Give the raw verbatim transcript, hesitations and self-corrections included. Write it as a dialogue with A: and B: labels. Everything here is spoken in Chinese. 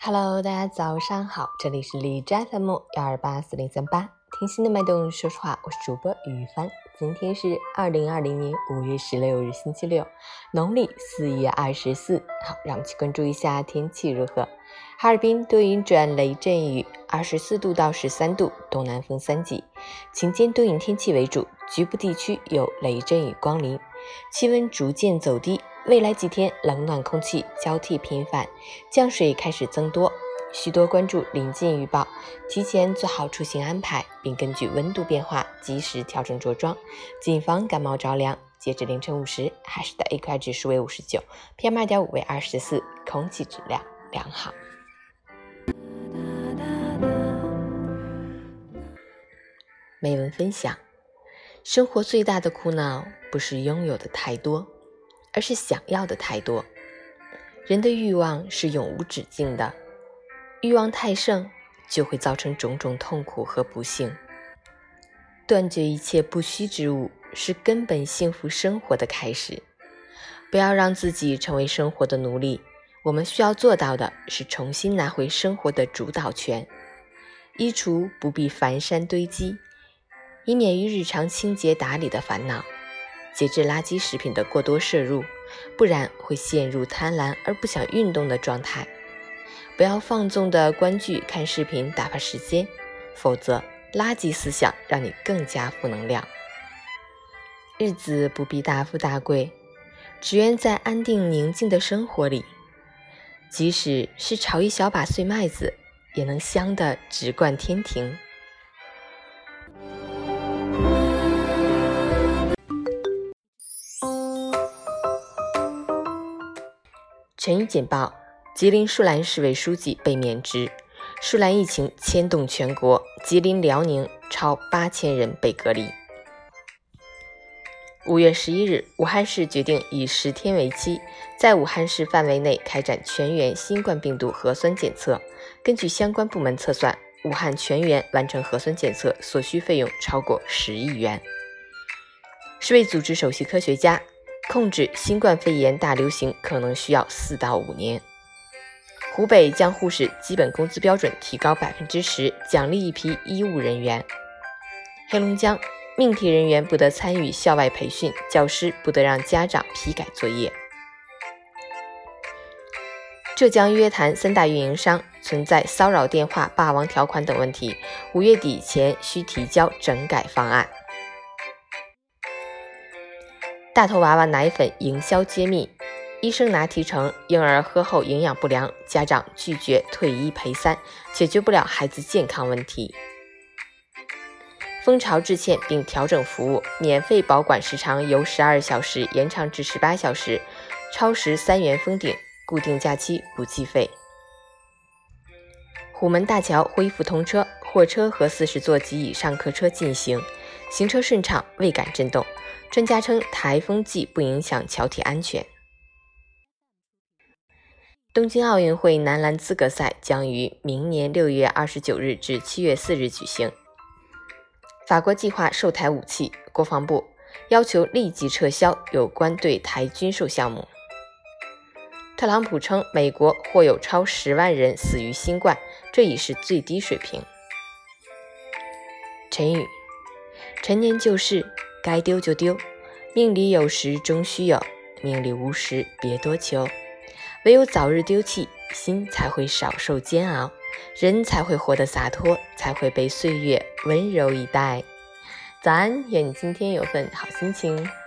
A: Hello， 大家早上好，这里是荔枝 F M 幺二八四零三八，听心的脉动，说实话，我是主播于帆。今天是二零二零年五月十六日，星期六，农历四月二十四。好，让我们去关注一下天气如何。哈尔滨多云转雷阵雨，二十四度到十三度，东南风三级，晴间多云天气为主，局部地区有雷阵雨光临，气温逐渐走低。未来几天冷暖空气交替频繁，降水开始增多，需多关注临近预报，提前做好出行安排，并根据温度变化及时调整着装，谨防感冒着凉。截至凌晨五时，海市的 A Q I 指数为五十九 ，P M 二点五 为二十四，空气质量良好。美文分享：生活最大的苦恼不是拥有的太多，而是想要的太多。人的欲望是永无止境的，欲望太盛就会造成种种痛苦和不幸。断绝一切不需之物是根本幸福生活的开始。不要让自己成为生活的奴隶，我们需要做到的是重新拿回生活的主导权。衣橱不必繁山堆积，以免于日常清洁打理的烦恼。节制垃圾食品的过多摄入，不然会陷入贪婪而不想运动的状态。不要放纵的观剧看视频打发时间，否则垃圾思想让你更加负能量。日子不必大富大贵，只愿在安定宁静的生活里，即使是炒一小把碎麦子，也能香得直灌天庭。晨语简报：吉林舒兰市委书记被免职，舒兰疫情牵动全国，吉林、辽宁超八千人被隔离。五月十一日，武汉市决定以十天为期，在武汉市范围内开展全员新冠病毒核酸检测。根据相关部门测算，武汉全员完成核酸检测所需费用超过十亿元。世卫组织首席科学家控制新冠肺炎大流行可能需要四到五年。湖北将护士基本工资标准提高百分之十，奖励一批医务人员。黑龙江命题人员不得参与校外培训，教师不得让家长批改作业。浙江约谈三大运营商存在骚扰电话、霸王条款等问题，五月底前需提交整改方案。大头娃娃奶粉营销揭秘，医生拿提成，婴儿喝后营养不良，家长拒绝退一赔三，解决不了孩子健康问题。蜂巢致歉并调整服务，免费保管时长由十二小时延长至十八小时，超时三元封顶，固定假期不计费。虎门大桥恢复通车，货车和四十座及以上客车进行，行车顺畅，未感震动。专家称台风季不影响桥体安全。东京奥运会男篮资格赛将于明年六月二十九日至七月四日举行。法国计划售台武器，国防部要求立即撤销有关对台军售项目。特朗普称美国或有超十万人死于新冠，这已是最低水平。晨语：陈年旧事该丢就丢，命里有时终须有，命里无时别多求。唯有早日丢弃，心才会少受煎熬，人才会活得洒脱，才会被岁月温柔以待。早安，愿你今天有份好心情。